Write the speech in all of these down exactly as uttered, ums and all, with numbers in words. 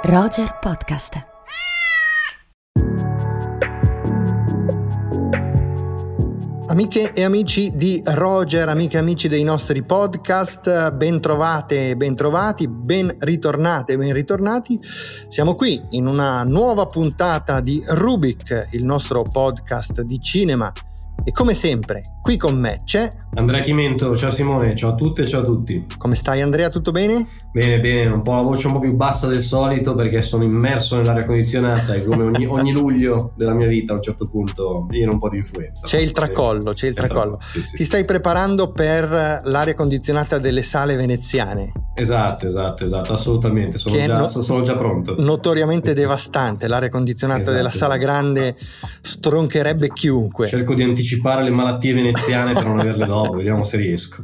Roger Podcast. Amiche e amici di Roger, amiche e amici dei nostri podcast, ben trovate, ben trovati, ben ritornate, ben ritornati. Siamo qui in una nuova puntata di Rubik, il nostro podcast di cinema. E come sempre, qui con me c'è Andrea Chimento. Ciao Simone, ciao a tutte e ciao a tutti. Come stai Andrea, tutto bene? Bene, bene, un po' la voce un po' più bassa del solito perché sono immerso nell'aria condizionata e come ogni, ogni luglio della mia vita a un certo punto viene un po' di influenza. C'è il tracollo, c'è il tracollo. Sì, sì. Ti stai preparando per l'aria condizionata delle sale veneziane? Esatto, esatto, esatto, assolutamente, sono, già, no, sono già pronto. Notoriamente devastante, l'aria condizionata esatto, della sala grande stroncherebbe chiunque. Cerco di anticipare le malattie veneziane per non averle dopo, vediamo se riesco.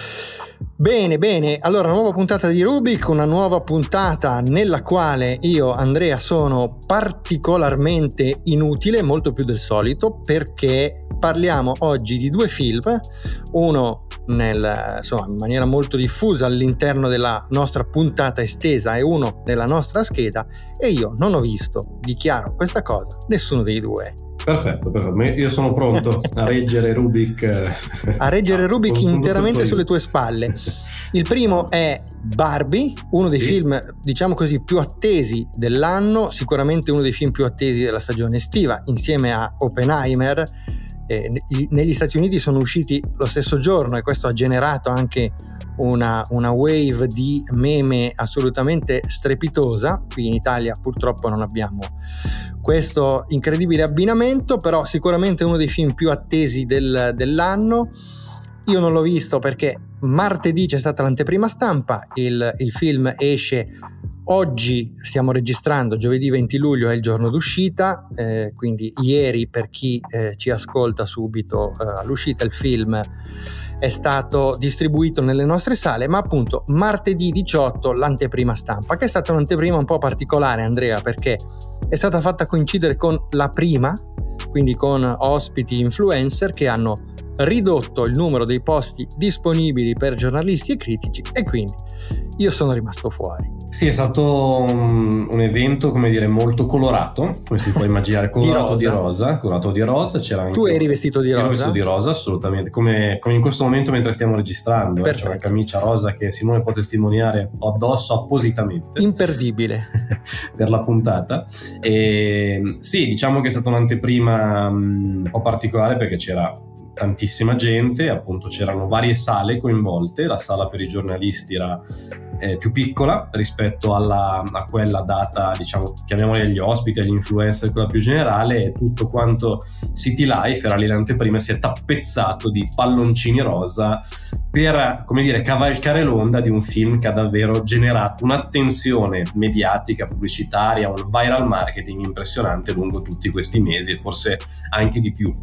Bene, bene, allora nuova puntata di Rubik, una nuova puntata nella quale io, Andrea, sono particolarmente inutile, molto più del solito, perché parliamo oggi di due film, uno nel, insomma, in maniera molto diffusa all'interno della nostra puntata estesa e uno nella nostra scheda, e io non ho visto, dichiaro questa cosa, nessuno dei due. Perfetto, perfetto. Io sono pronto a reggere Rubik a reggere Rubik interamente sulle tue spalle. Il primo è Barbie, uno dei sì. film, diciamo così, più attesi dell'anno, sicuramente uno dei film più attesi della stagione estiva, insieme a Oppenheimer. Eh, negli Stati Uniti sono usciti lo stesso giorno e questo ha generato anche una, una wave di meme assolutamente strepitosa. Qui in Italia purtroppo non abbiamo questo incredibile abbinamento, però sicuramente uno dei film più attesi del, dell'anno. Io non l'ho visto perché martedì c'è stata l'anteprima stampa, il, il film esce oggi, stiamo registrando, giovedì venti luglio è il giorno d'uscita, eh, quindi ieri per chi eh, ci ascolta subito eh, all'uscita il film è stato distribuito nelle nostre sale, ma appunto martedì diciotto l'anteprima stampa, che è stata un'anteprima un po' particolare, Andrea, perché è stata fatta coincidere con la prima, quindi con ospiti influencer che hanno ridotto il numero dei posti disponibili per giornalisti e critici, e quindi io sono rimasto fuori. Sì, è stato un, un evento, come dire, molto colorato, come si può immaginare, colorato di rosa, di rosa colorato di rosa. C'era anche tu eri vestito di rosa? Ero vestito di rosa, assolutamente, come, come in questo momento mentre stiamo registrando. Eh, c'è una camicia rosa che Simone può testimoniare, ho addosso appositamente. Imperdibile. per la puntata. E sì, diciamo che è stata un'anteprima un po' particolare perché c'era tantissima gente, appunto c'erano varie sale coinvolte. La sala per i giornalisti era eh, più piccola rispetto alla, a quella data, diciamo, chiamiamola agli ospiti, agli influencer, quella più generale, e tutto quanto City Life era lì l'anteprima, si è tappezzato di palloncini rosa per, come dire, cavalcare l'onda di un film che ha davvero generato un'attenzione mediatica, pubblicitaria, un viral marketing impressionante lungo tutti questi mesi e forse anche di più.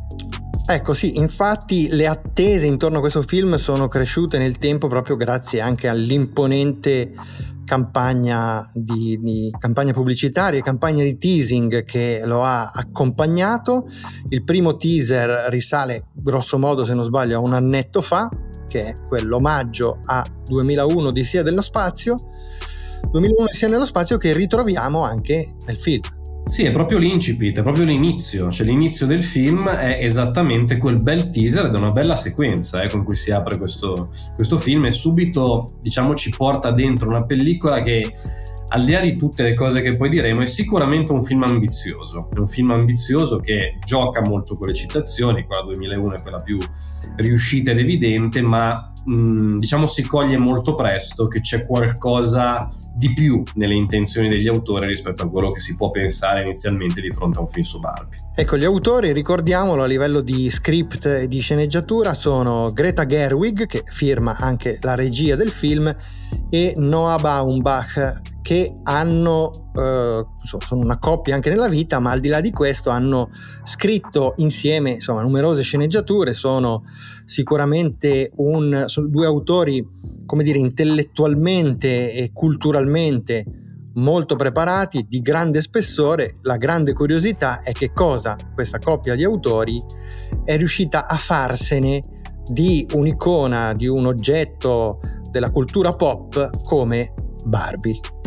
Ecco sì, infatti le attese intorno a questo film sono cresciute nel tempo proprio grazie anche all'imponente campagna di, di campagna pubblicitaria, campagna di teasing che lo ha accompagnato. Il primo teaser risale grosso modo, se non sbaglio, a un annetto fa, che è quell'omaggio a duemilauno Odissea dello spazio, duemilauno Odissea nello spazio, che ritroviamo anche nel film. Sì, è proprio l'incipit, è proprio l'inizio, cioè l'inizio del film è esattamente quel bel teaser ed è una bella sequenza eh, con cui si apre questo, questo film, e subito, diciamo, ci porta dentro una pellicola che, al di là di tutte le cose che poi diremo, è sicuramente un film ambizioso, è un film ambizioso che gioca molto con le citazioni, quella duemilauno è quella più riuscita ed evidente, ma mh, diciamo si coglie molto presto che c'è qualcosa di più nelle intenzioni degli autori rispetto a quello che si può pensare inizialmente di fronte a un film su Barbie. Ecco, gli autori, ricordiamolo, a livello di script e di sceneggiatura sono Greta Gerwig, che firma anche la regia del film, e Noah Baumbach, che hanno eh, sono una coppia anche nella vita, ma al di là di questo hanno scritto insieme, insomma, numerose sceneggiature. Sono sicuramente un, sono due autori, come dire, intellettualmente e culturalmente molto preparati, di grande spessore. La grande curiosità è che cosa questa coppia di autori è riuscita a farsene di un'icona, di un oggetto della cultura pop come Barbie.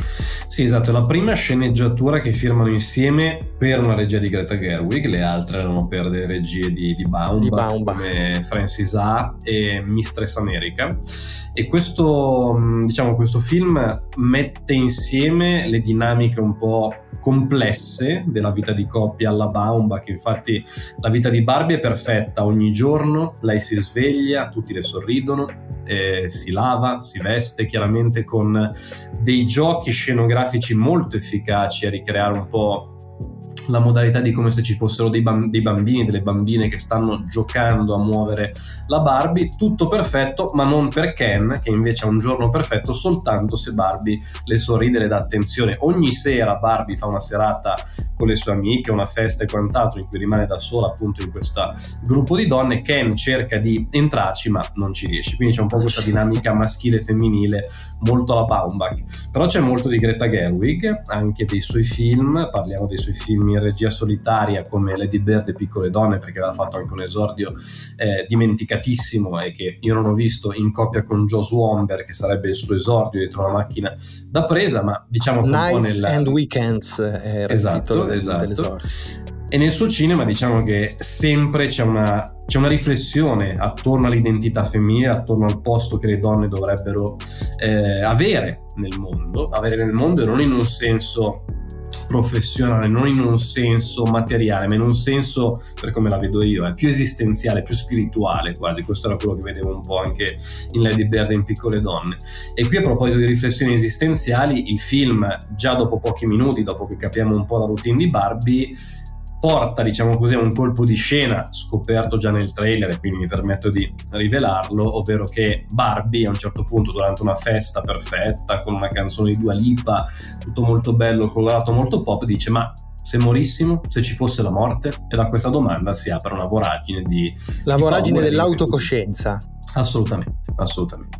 Sì, esatto, è la prima sceneggiatura che firmano insieme per una regia di Greta Gerwig, le altre erano per delle regie di, di Baumbach, di come Francis Ha e Mistress America. E questo, diciamo, questo film mette insieme le dinamiche un po' complesse della vita di coppia alla Baumbach. Infatti la vita di Barbie è perfetta, ogni giorno lei si sveglia, tutti le sorridono, eh, si lava, si veste, chiaramente con dei giochi scenografici molto efficaci a ricreare un po' la modalità di come se ci fossero dei, bamb- dei bambini, delle bambine che stanno giocando a muovere la Barbie. Tutto perfetto, ma non per Ken, che invece ha un giorno perfetto soltanto se Barbie le sorride, le dà attenzione. Ogni sera Barbie fa una serata con le sue amiche, una festa e quant'altro, in cui rimane da sola appunto in questo gruppo di donne. Ken cerca di entrarci ma non ci riesce, quindi c'è un po' questa dinamica maschile e femminile molto alla Baumbach. Però c'è molto di Greta Gerwig, anche dei suoi film, parliamo dei suoi film in regia solitaria come Lady Bird e Piccole Donne, perché aveva fatto anche un esordio eh, dimenticatissimo e che io non ho visto, in coppia con Joe Swamber, che sarebbe il suo esordio dietro la macchina da presa, ma diciamo che Nights un po' nel... and Weekends era esatto, il titolo del, esatto. dell'esordio. E nel suo cinema diciamo che sempre c'è una, c'è una riflessione attorno all'identità femminile, attorno al posto che le donne dovrebbero eh, avere nel mondo, avere nel mondo, e non in un senso professionale, non in un senso materiale, ma in un senso, per come la vedo io, è più esistenziale, più spirituale quasi. Questo era quello che vedevo un po' anche in Lady Bird e in Piccole Donne. E qui, a proposito di riflessioni esistenziali, il film, già dopo pochi minuti, dopo che capiamo un po' la routine di Barbie, porta, diciamo così, a un colpo di scena scoperto già nel trailer, e quindi mi permetto di rivelarlo, ovvero che Barbie a un certo punto, durante una festa perfetta con una canzone di Dua Lipa, tutto molto bello, colorato, molto pop, dice: ma se morissimo, se ci fosse la morte? E da questa domanda si apre una voragine di la di voragine paura, dell'autocoscienza. Assolutamente, assolutamente.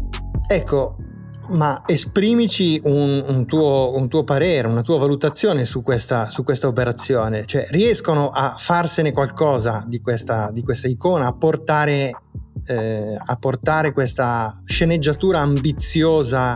Ecco, ma esprimici un, un, tuo, un tuo parere, una tua valutazione su questa, su questa operazione. Cioè, riescono a farsene qualcosa di questa, di questa icona, a portare, eh, a portare questa sceneggiatura ambiziosa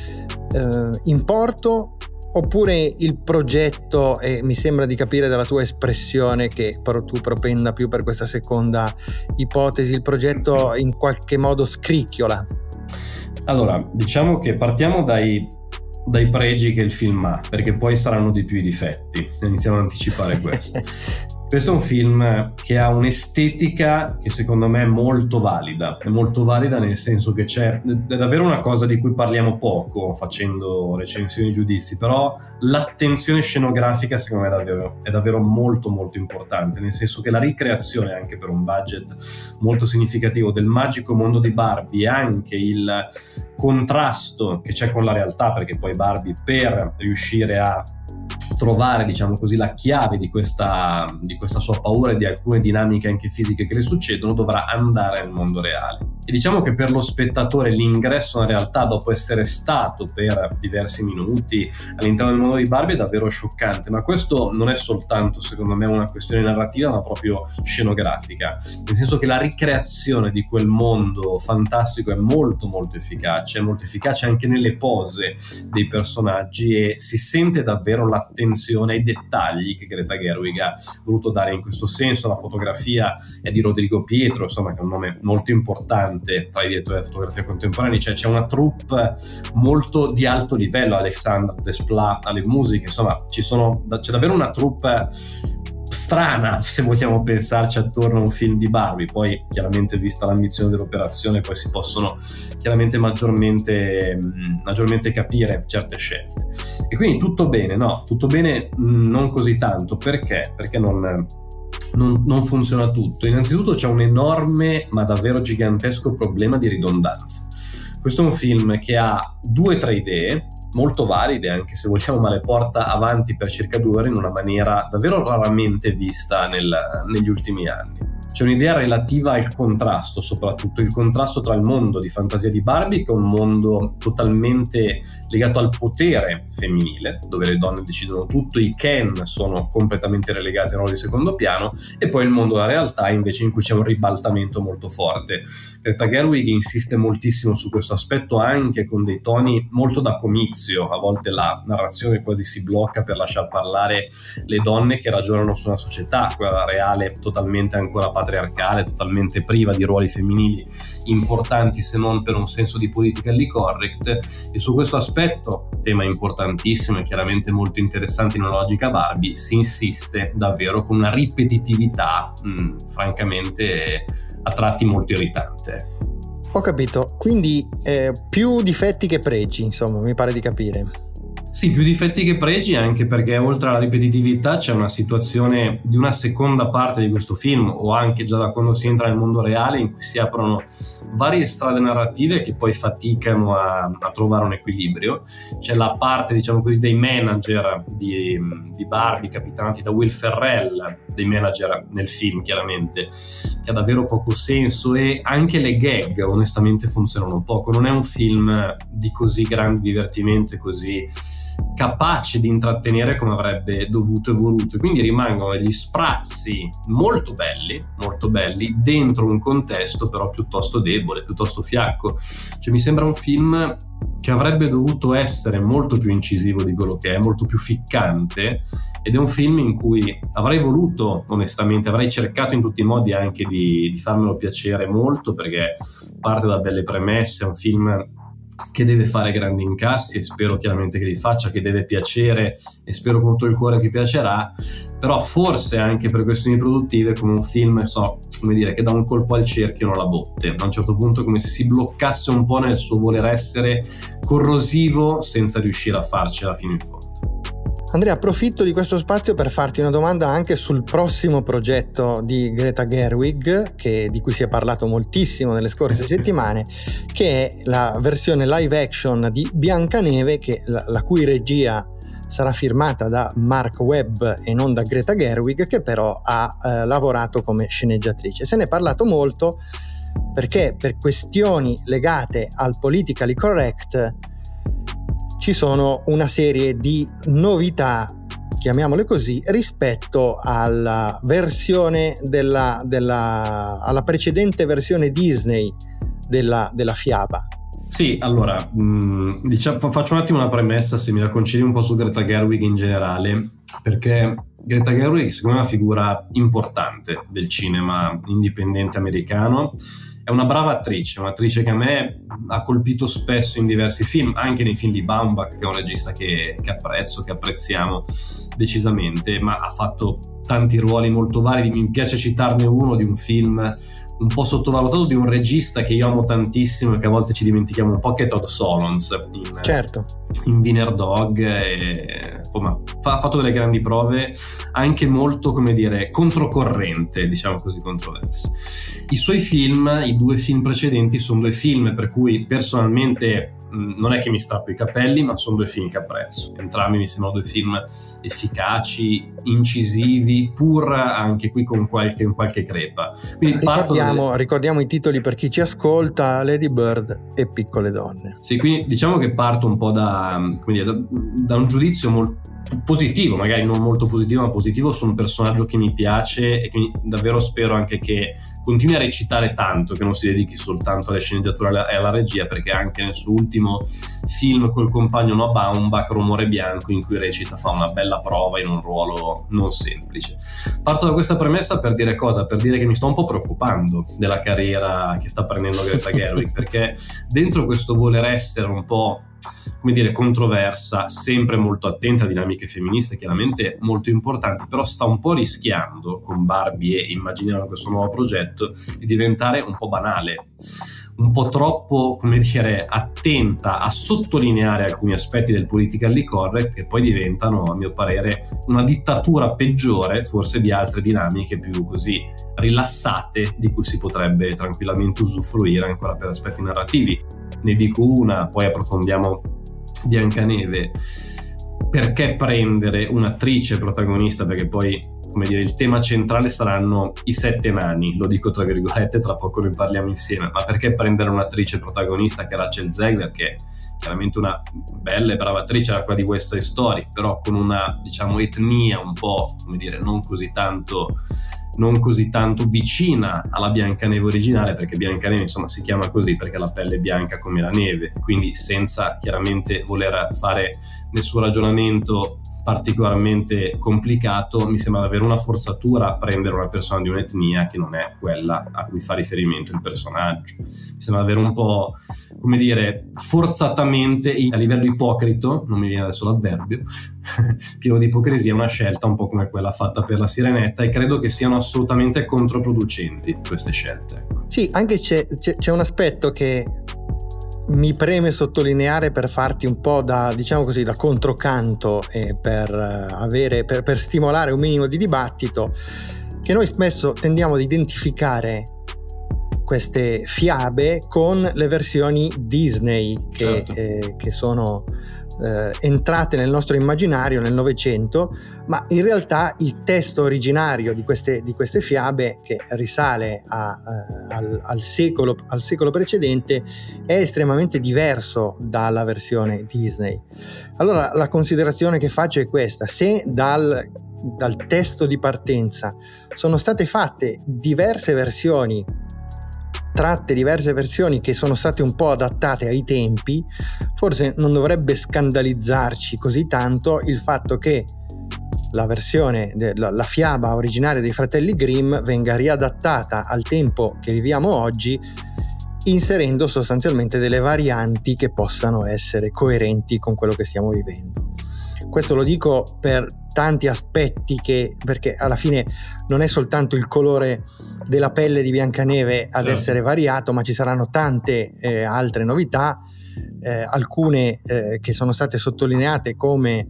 eh, in porto? Oppure il progetto, e mi sembra di capire dalla tua espressione che però tu propenda più per questa seconda ipotesi, il progetto in qualche modo scricchiola? Allora, diciamo che partiamo dai, dai pregi che il film ha, perché poi saranno di più i difetti. Iniziamo ad anticipare questo. Questo è un film che ha un'estetica che secondo me è molto valida, è molto valida nel senso che c'è, è davvero una cosa di cui parliamo poco facendo recensioni e giudizi, però l'attenzione scenografica secondo me è davvero, è davvero molto molto importante, nel senso che la ricreazione, anche per un budget molto significativo, del magico mondo di Barbie, e anche il contrasto che c'è con la realtà, perché poi Barbie, per riuscire a trovare, diciamo così, la chiave di questa, di questa sua paura e di alcune dinamiche anche fisiche che le succedono, dovrà andare nel mondo reale. E diciamo che per lo spettatore l'ingresso nella realtà, dopo essere stato per diversi minuti all'interno del mondo di Barbie, è davvero scioccante. Ma questo non è soltanto, secondo me, una questione narrativa, ma proprio scenografica, nel senso che la ricreazione di quel mondo fantastico è molto molto efficace, è molto efficace anche nelle pose dei personaggi, e si sente davvero l'attenzione ai dettagli che Greta Gerwig ha voluto dare in questo senso. La fotografia è di Rodrigo Pietro, insomma, che è un nome molto importante tra i direttori della fotografia contemporanea, cioè c'è una troupe molto di alto livello, Alexandre Desplat alle musiche, insomma ci sono, c'è davvero una troupe strana, se vogliamo pensarci, attorno a un film di Barbie. Poi chiaramente, vista l'ambizione dell'operazione, poi si possono chiaramente maggiormente maggiormente capire certe scelte, e quindi tutto bene, no? Tutto bene, non così tanto. Perché? Perché non Non, non funziona tutto. Innanzitutto c'è un enorme, ma davvero gigantesco problema di ridondanza. Questo è un film che ha due o tre idee molto valide, anche se vogliamo, ma le porta avanti per circa due ore in una maniera davvero raramente vista nel, negli ultimi anni. c'è un'idea relativa al contrasto, soprattutto il contrasto tra il mondo di fantasia di Barbie, che è un mondo totalmente legato al potere femminile, dove le donne decidono tutto, i Ken sono completamente relegati a un ruolo di secondo piano, e poi il mondo della realtà invece in cui c'è un ribaltamento molto forte. Greta Gerwig insiste moltissimo su questo aspetto, anche con dei toni molto da comizio. A volte la narrazione quasi si blocca per lasciar parlare le donne che ragionano su una società, quella reale, totalmente ancora patriarcale, totalmente priva di ruoli femminili importanti, se non per un senso di politically correct. E su questo aspetto, tema importantissimo e chiaramente molto interessante in una logica Barbie, si insiste davvero con una ripetitività mh, francamente a tratti molto irritante. Ho capito, quindi eh, più difetti che pregi, insomma, mi pare di capire. Sì, più difetti che pregi, anche perché oltre alla ripetitività c'è una situazione di una seconda parte di questo film, o anche già da quando si entra nel mondo reale, in cui si aprono varie strade narrative che poi faticano a, a trovare un equilibrio. C'è la parte, diciamo così, dei manager di, di Barbie, capitanati da Will Ferrell, dei manager nel film chiaramente, che ha davvero poco senso, e anche le gag onestamente funzionano poco. Non è un film di così grande divertimento e così capace di intrattenere come avrebbe dovuto e voluto, quindi rimangono degli sprazzi molto belli, molto belli dentro un contesto però piuttosto debole, piuttosto fiacco. Cioè mi sembra un film che avrebbe dovuto essere molto più incisivo di quello che è, molto più ficcante, ed è un film in cui avrei voluto, onestamente, avrei cercato in tutti i modi anche di, di farmelo piacere molto, perché parte da belle premesse, è un film che deve fare grandi incassi e spero chiaramente che li faccia, che deve piacere e spero con tutto il cuore che piacerà, però forse anche per questioni produttive come un film, so, come dire, che dà un colpo al cerchio non la botte, a un certo punto come se si bloccasse un po' nel suo voler essere corrosivo senza riuscire a farcela fino in fondo. Andrea, approfitto di questo spazio per farti una domanda anche sul prossimo progetto di Greta Gerwig, che, di cui si è parlato moltissimo nelle scorse settimane, che è la versione live action di Biancaneve, che, la, la cui regia sarà firmata da Mark Webb e non da Greta Gerwig, che però ha eh, lavorato come sceneggiatrice. Se ne è parlato molto perché per questioni legate al politically correct ci sono una serie di novità, chiamiamole così, rispetto alla versione della, della alla precedente versione Disney della, della fiaba. Sì, allora, mh, diciamo, faccio un attimo una premessa, se mi la concedi, un po' su Greta Gerwig in generale, perché Greta Gerwig secondo me è una figura importante del cinema indipendente americano. È una brava attrice, un'attrice che a me ha colpito spesso in diversi film, anche nei film di Baumbach, che è un regista che, che apprezzo, che apprezziamo decisamente, ma ha fatto tanti ruoli molto vari. Mi piace citarne uno di un film un po' sottovalutato di un regista che io amo tantissimo e che a volte ci dimentichiamo un po', che è Todd Solondz in, certo. in Wiener Dog, e, insomma, fa, ha fatto delle grandi prove, anche molto, come dire, controcorrente, diciamo così, controverse. I suoi film, i due film precedenti, sono due film per cui personalmente non è che mi strappo i capelli, ma sono due film che apprezzo. Entrambi mi sembrano due film efficaci, incisivi, pur anche qui con qualche, qualche crepa. Quindi ricordiamo, dalle... ricordiamo i titoli per chi ci ascolta: Lady Bird e Piccole donne. Sì, quindi diciamo che parto un po' da, come dire, da, da un giudizio molto positivo, magari non molto positivo, ma positivo su un personaggio che mi piace e che davvero spero anche che continui a recitare tanto, che non si dedichi soltanto alle sceneggiature e alla regia, perché anche nel suo ultimo film col compagno Noah Baumbach, Rumore bianco, in cui recita, fa una bella prova in un ruolo non semplice. Parto da questa premessa per dire cosa? Per dire che mi sto un po' preoccupando della carriera che sta prendendo Greta Gerwig, perché dentro questo voler essere un po', come dire, controversa, sempre molto attenta a dinamiche femministe chiaramente molto importanti, però sta un po' rischiando con Barbie e immaginiamo questo nuovo progetto di diventare un po' banale, un po' troppo, come dire, attenta a sottolineare alcuni aspetti del politically correct, che poi diventano, a mio parere, una dittatura peggiore forse di altre dinamiche più così rilassate, di cui si potrebbe tranquillamente usufruire ancora per aspetti narrativi. Ne dico una, poi approfondiamo Biancaneve. perché prendere un'attrice protagonista, perché poi, come dire, il tema centrale saranno i sette nani, lo dico tra virgolette, tra poco ne parliamo insieme, ma perché prendere un'attrice protagonista che è Rachel Zegler, che è chiaramente una bella e brava attrice, era quella di West Side Story, però con una, diciamo, etnia un po', come dire, non così tanto non così tanto vicina alla Biancaneve originale, perché Biancaneve insomma si chiama così perché la pelle è bianca come la neve, quindi senza chiaramente voler fare nessun ragionamento particolarmente complicato, mi sembra davvero una forzatura a prendere una persona di un'etnia che non è quella a cui fa riferimento il personaggio. Mi sembra davvero un po', come dire, forzatamente, a livello ipocrito, non mi viene adesso l'avverbio, pieno di ipocrisia, una scelta un po' come quella fatta per la Sirenetta, e credo che siano assolutamente controproducenti queste scelte. Sì, anche c'è, c'è, c'è un aspetto che mi preme sottolineare per farti un po' da, diciamo così, da controcanto e per avere, per, per stimolare un minimo di dibattito, che noi spesso tendiamo ad identificare queste fiabe con le versioni Disney che, certo. eh, che sono eh, entrate nel nostro immaginario nel Novecento, ma in realtà il testo originario di queste, di queste fiabe, che risale a, eh, al, al, secolo, al secolo precedente, è estremamente diverso dalla versione Disney. Allora la considerazione che faccio è questa: se dal, dal testo di partenza sono state fatte diverse versioni, tratte diverse versioni che sono state un po' adattate ai tempi, forse non dovrebbe scandalizzarci così tanto il fatto che la versione, la, la fiaba originaria dei fratelli Grimm venga riadattata al tempo che viviamo oggi, inserendo sostanzialmente delle varianti che possano essere coerenti con quello che stiamo vivendo. Questo lo dico per tanti aspetti, che, perché alla fine non è soltanto il colore della pelle di Biancaneve ad certo. essere variato, ma ci saranno tante eh, altre novità, eh, alcune eh, che sono state sottolineate come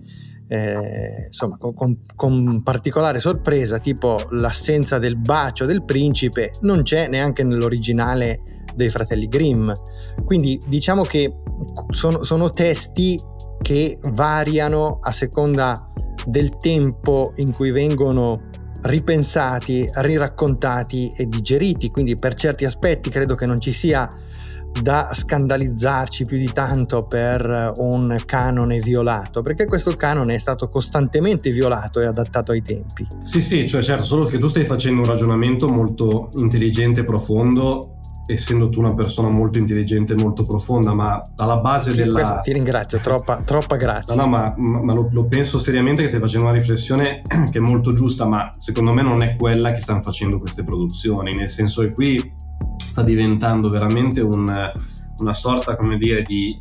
eh, insomma con, con particolare sorpresa, tipo l'assenza del bacio del principe, non c'è neanche nell'originale dei fratelli Grimm. Quindi diciamo che sono, sono testi che variano a seconda del tempo in cui vengono ripensati, riraccontati e digeriti, quindi per certi aspetti credo che non ci sia da scandalizzarci più di tanto per un canone violato, perché questo canone è stato costantemente violato e adattato ai tempi. Sì, sì, cioè certo, solo che tu stai facendo un ragionamento molto intelligente e profondo, essendo tu una persona molto intelligente e molto profonda, ma alla base sì, della... Questo, ti ringrazio, troppa, troppa grazie. No, no, ma, ma lo, lo penso seriamente che stai facendo una riflessione che è molto giusta, ma secondo me non è quella che stanno facendo queste produzioni, nel senso che qui sta diventando veramente un... una sorta, come dire, di,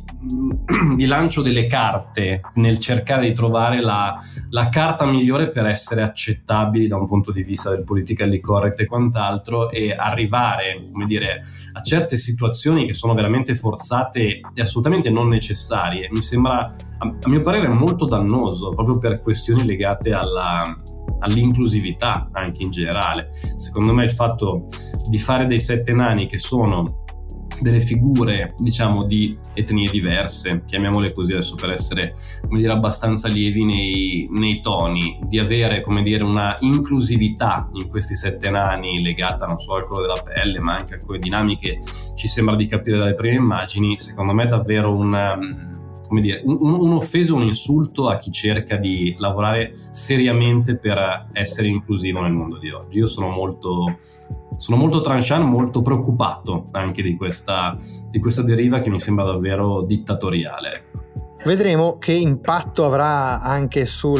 di lancio delle carte nel cercare di trovare la, la carta migliore per essere accettabili da un punto di vista del politically correct e quant'altro, e arrivare, come dire, a certe situazioni che sono veramente forzate e assolutamente non necessarie. Mi sembra, a, a mio parere, molto dannoso, proprio per questioni legate alla all'inclusività anche in generale. Secondo me il fatto di fare dei sette nani che sono delle figure, diciamo, di etnie diverse, chiamiamole così adesso per essere, come dire, abbastanza lievi nei, nei toni, di avere, come dire, una inclusività in questi sette nani legata non solo al colore della pelle ma anche a quelle dinamiche ci sembra di capire dalle prime immagini. Secondo me è davvero un, come dire, un, un offeso, un insulto a chi cerca di lavorare seriamente per essere inclusivo nel mondo di oggi. Io sono molto sono molto tranchant, molto preoccupato anche di questa, di questa deriva che mi sembra davvero dittatoriale. Vedremo che impatto avrà anche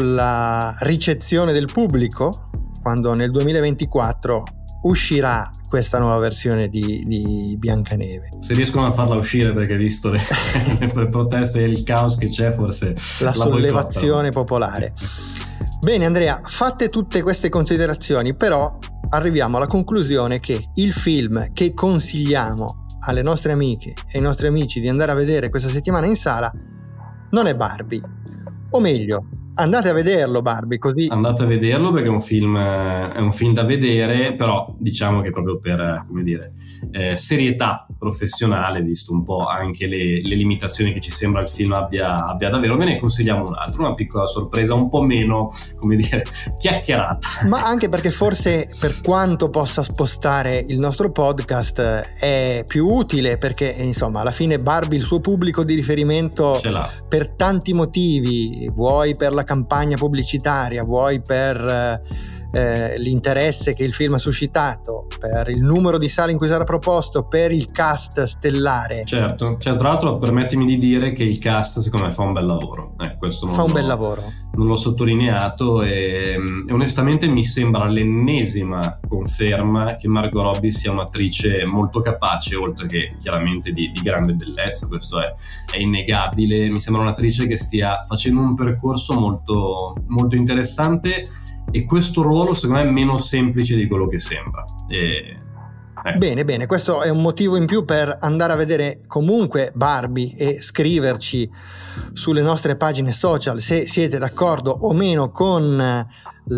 sulla ricezione del pubblico quando nel duemilaventiquattro uscirà questa nuova versione di, di Biancaneve. Se riescono a farla uscire, perché visto le, le proteste e il caos che c'è, forse la, la sollevazione boicottano. Popolare. Bene Andrea, fatte tutte queste considerazioni, però arriviamo alla conclusione che il film che consigliamo alle nostre amiche e ai nostri amici di andare a vedere questa settimana in sala non è Barbie, o meglio, andate a vederlo Barbie, così andate a vederlo perché è un film è un film da vedere, però diciamo che proprio per, come dire, eh, serietà professionale, visto un po' anche le, le limitazioni che ci sembra il film abbia, abbia davvero, ve ne consigliamo un altro, una piccola sorpresa un po' meno, come dire, chiacchierata, ma anche perché forse, per quanto possa spostare il nostro podcast, è più utile, perché insomma alla fine Barbie il suo pubblico di riferimento ce l'ha per tanti motivi, vuoi per la campagna pubblicitaria, vuoi per eh, l'interesse che il film ha suscitato, per il numero di sale in cui sarà proposto, per il cast stellare. Certo, cioè, tra l'altro permettimi di dire che il cast secondo me fa un bel lavoro, eh, questo non fa un l'ho, bel lavoro, non l'ho sottolineato, e, e onestamente mi sembra l'ennesima conferma che Margot Robbie sia un'attrice molto capace, oltre che chiaramente di, di grande bellezza, questo è, è innegabile. Mi sembra un'attrice che stia facendo un percorso molto, molto interessante, e questo ruolo secondo me è meno semplice di quello che sembra. E, ecco. Bene, bene, questo è un motivo in più per andare a vedere comunque Barbie e scriverci sulle nostre pagine social se siete d'accordo o meno con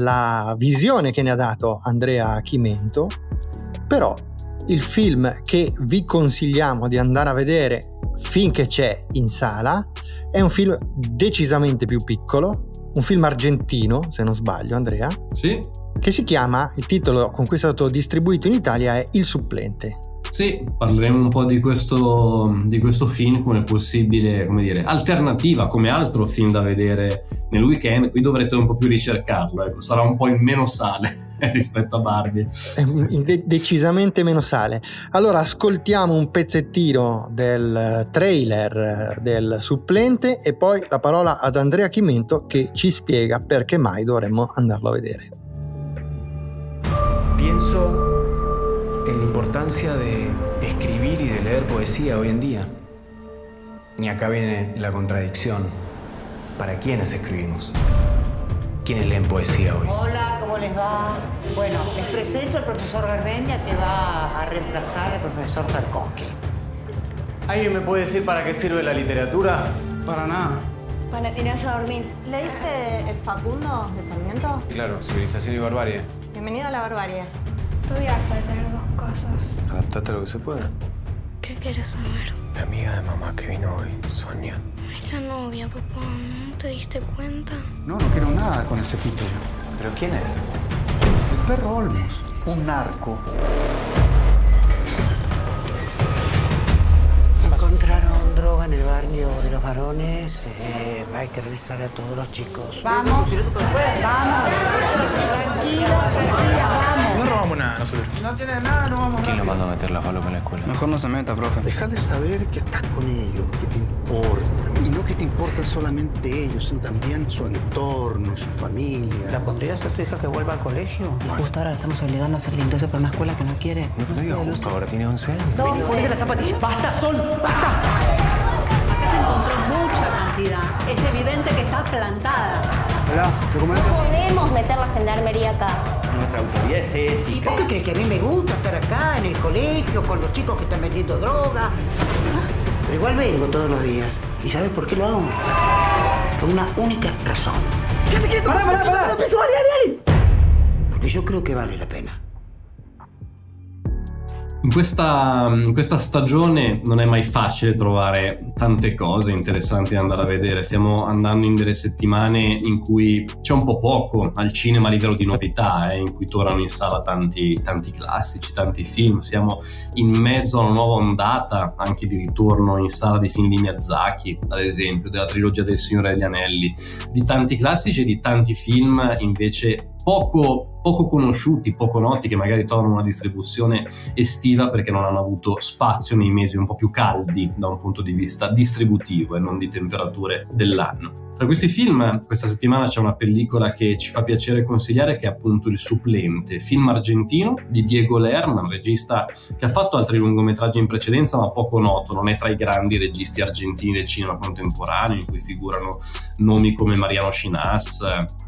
la visione che ne ha dato Andrea Chimento. Però il film che vi consigliamo di andare a vedere finché c'è in sala è un film decisamente più piccolo, un film argentino, se non sbaglio, Andrea, sì, che si chiama, il titolo con cui è stato distribuito in Italia è Il supplente. Sì, parleremo un po' di questo, di questo film come possibile, come dire, alternativa, come altro film da vedere nel weekend. Qui dovrete un po' più ricercarlo, ecco, sarà un po' in meno sale rispetto a Barbie. De- decisamente meno sale. Allora ascoltiamo un pezzettino del trailer del supplente e poi la parola ad Andrea Chimento, che ci spiega perché mai dovremmo andarlo a vedere. Pienso en la importancia de escribir y de leer poesía hoy en día. Y acá viene la contradicción. ¿Para quiénes escribimos? ¿Quiénes leen poesía hoy? Hola, ¿cómo les va? Bueno, les presento al profesor Garmendia, que va a reemplazar al profesor Tarkovsky. ¿Alguien me puede decir para qué sirve la literatura? Para nada. Para tirarse a dormir. ¿Leíste El Facundo de Sarmiento? Claro, civilización y barbarie. Bienvenido a la barbarie. Estoy harta de tener dos casas. Adaptate a lo que se pueda. ¿Qué quieres saber? La amiga de mamá que vino hoy, Sonia. Es la novia, papá. ¿No te diste cuenta? No, no quiero nada con ese tipo. ¿Pero quién es? El perro Olmos, un narco. Encontraron droga en el barrio de los varones. Eh, hay que revisar a todos los chicos. Vamos, vamos. Tranquila, tranquila, vamos. No robamos nada nosotros. No tiene nada, no vamos a... ¿Quién lo mandó a meter la falopa en la escuela? Mejor no se meta, profe. Déjale saber que estás con ellos, que te importan. Y no que te importan solamente ellos, sino también su entorno, su familia. ¿La pondrías a tu hija que vuelva al colegio? Y justo ahora la estamos obligando a hacerle ingreso para una escuela que no quiere. No, no digas justo, ahora tiene once años. Dos. Ponle las zapatillas. ¡Basta, Sol! ¡Basta! Acá se encontró mucha cantidad. Es evidente que está plantada. Hola, ¿te comentas? No podemos meter la gendarmería acá. Nuestra autoridad es ética. ¿Y por qué crees que a mí me gusta estar acá en el colegio con los chicos que están vendiendo droga? Pero igual vengo todos los días. ¿Y sabes por qué lo hago? Por una única razón. ¡Quédate quieto! ¡Pará, pará, pará! Porque yo creo que vale la pena. In questa, in questa stagione non è mai facile trovare tante cose interessanti da andare a vedere. Stiamo andando in delle settimane in cui c'è un po' poco al cinema a livello di novità, eh, in cui tornano in sala tanti, tanti classici, tanti film. Siamo in mezzo a una nuova ondata anche di ritorno in sala di film di Miyazaki, ad esempio, della trilogia del Signore degli Anelli, di tanti classici e di tanti film invece poco, poco conosciuti, poco noti, che magari trovano una distribuzione estiva perché non hanno avuto spazio nei mesi un po' più caldi da un punto di vista distributivo e non di temperature dell'anno. Tra questi film, questa settimana c'è una pellicola che ci fa piacere consigliare, che è appunto Il supplente, film argentino di Diego Lerman, regista che ha fatto altri lungometraggi in precedenza ma poco noto, non è tra i grandi registi argentini del cinema contemporaneo, in cui figurano nomi come Mariano Scinas,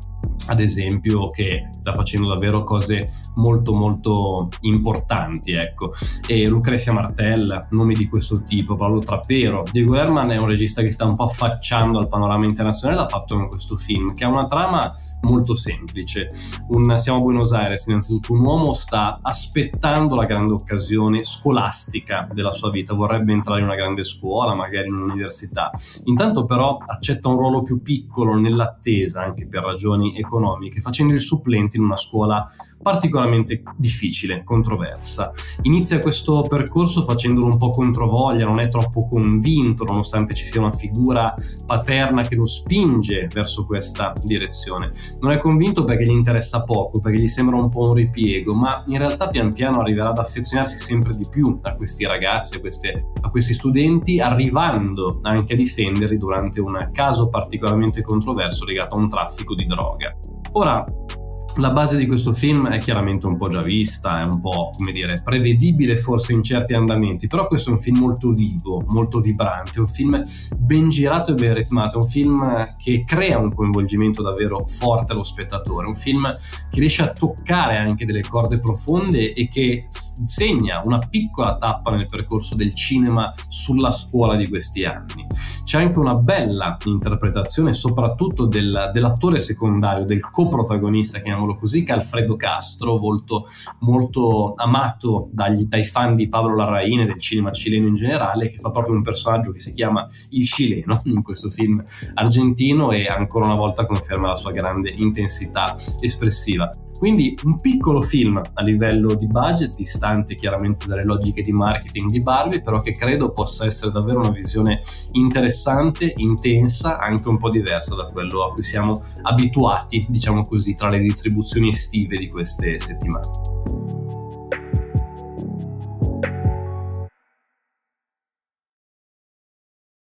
ad esempio, che sta facendo davvero cose molto molto importanti, ecco. E Lucrezia Martel, nomi di questo tipo, Paolo Trapero. Diego Herman è un regista che sta un po' affacciando al panorama internazionale, l'ha fatto con questo film, che ha una trama molto semplice. Un, siamo a Buenos Aires, innanzitutto un uomo sta aspettando la grande occasione scolastica della sua vita, vorrebbe entrare in una grande scuola, magari in un'università. Intanto però accetta un ruolo più piccolo nell'attesa, anche per ragioni economiche, facendo il supplente in una scuola particolarmente difficile, controversa. Inizia questo percorso facendolo un po' controvoglia, non è troppo convinto nonostante ci sia una figura paterna che lo spinge verso questa direzione. Non è convinto perché gli interessa poco, perché gli sembra un po' un ripiego, ma in realtà pian piano arriverà ad affezionarsi sempre di più a questi ragazzi, a, queste, a questi studenti, arrivando anche a difenderli durante un caso particolarmente controverso legato a un traffico di droga. Ora, la base di questo film è chiaramente un po' già vista, è un po', come dire, prevedibile forse in certi andamenti, però questo è un film molto vivo, molto vibrante, un film ben girato e ben ritmato, un film che crea un coinvolgimento davvero forte allo spettatore, un film che riesce a toccare anche delle corde profonde e che segna una piccola tappa nel percorso del cinema sulla scuola di questi anni. C'è anche una bella interpretazione soprattutto del, dell'attore secondario, del coprotagonista, chiamiamolo così, che è Alfredo Castro, molto, molto amato dagli, dai fan di Pablo Larraín e del cinema cileno in generale, che fa proprio un personaggio che si chiama il cileno in questo film argentino e ancora una volta conferma la sua grande intensità espressiva. Quindi un piccolo film a livello di budget, distante chiaramente dalle logiche di marketing di Barbie, però che credo possa essere davvero una visione interessante, intensa, anche un po' diversa da quello a cui siamo abituati, diciamo così, tra le distribuzioni estive di queste settimane.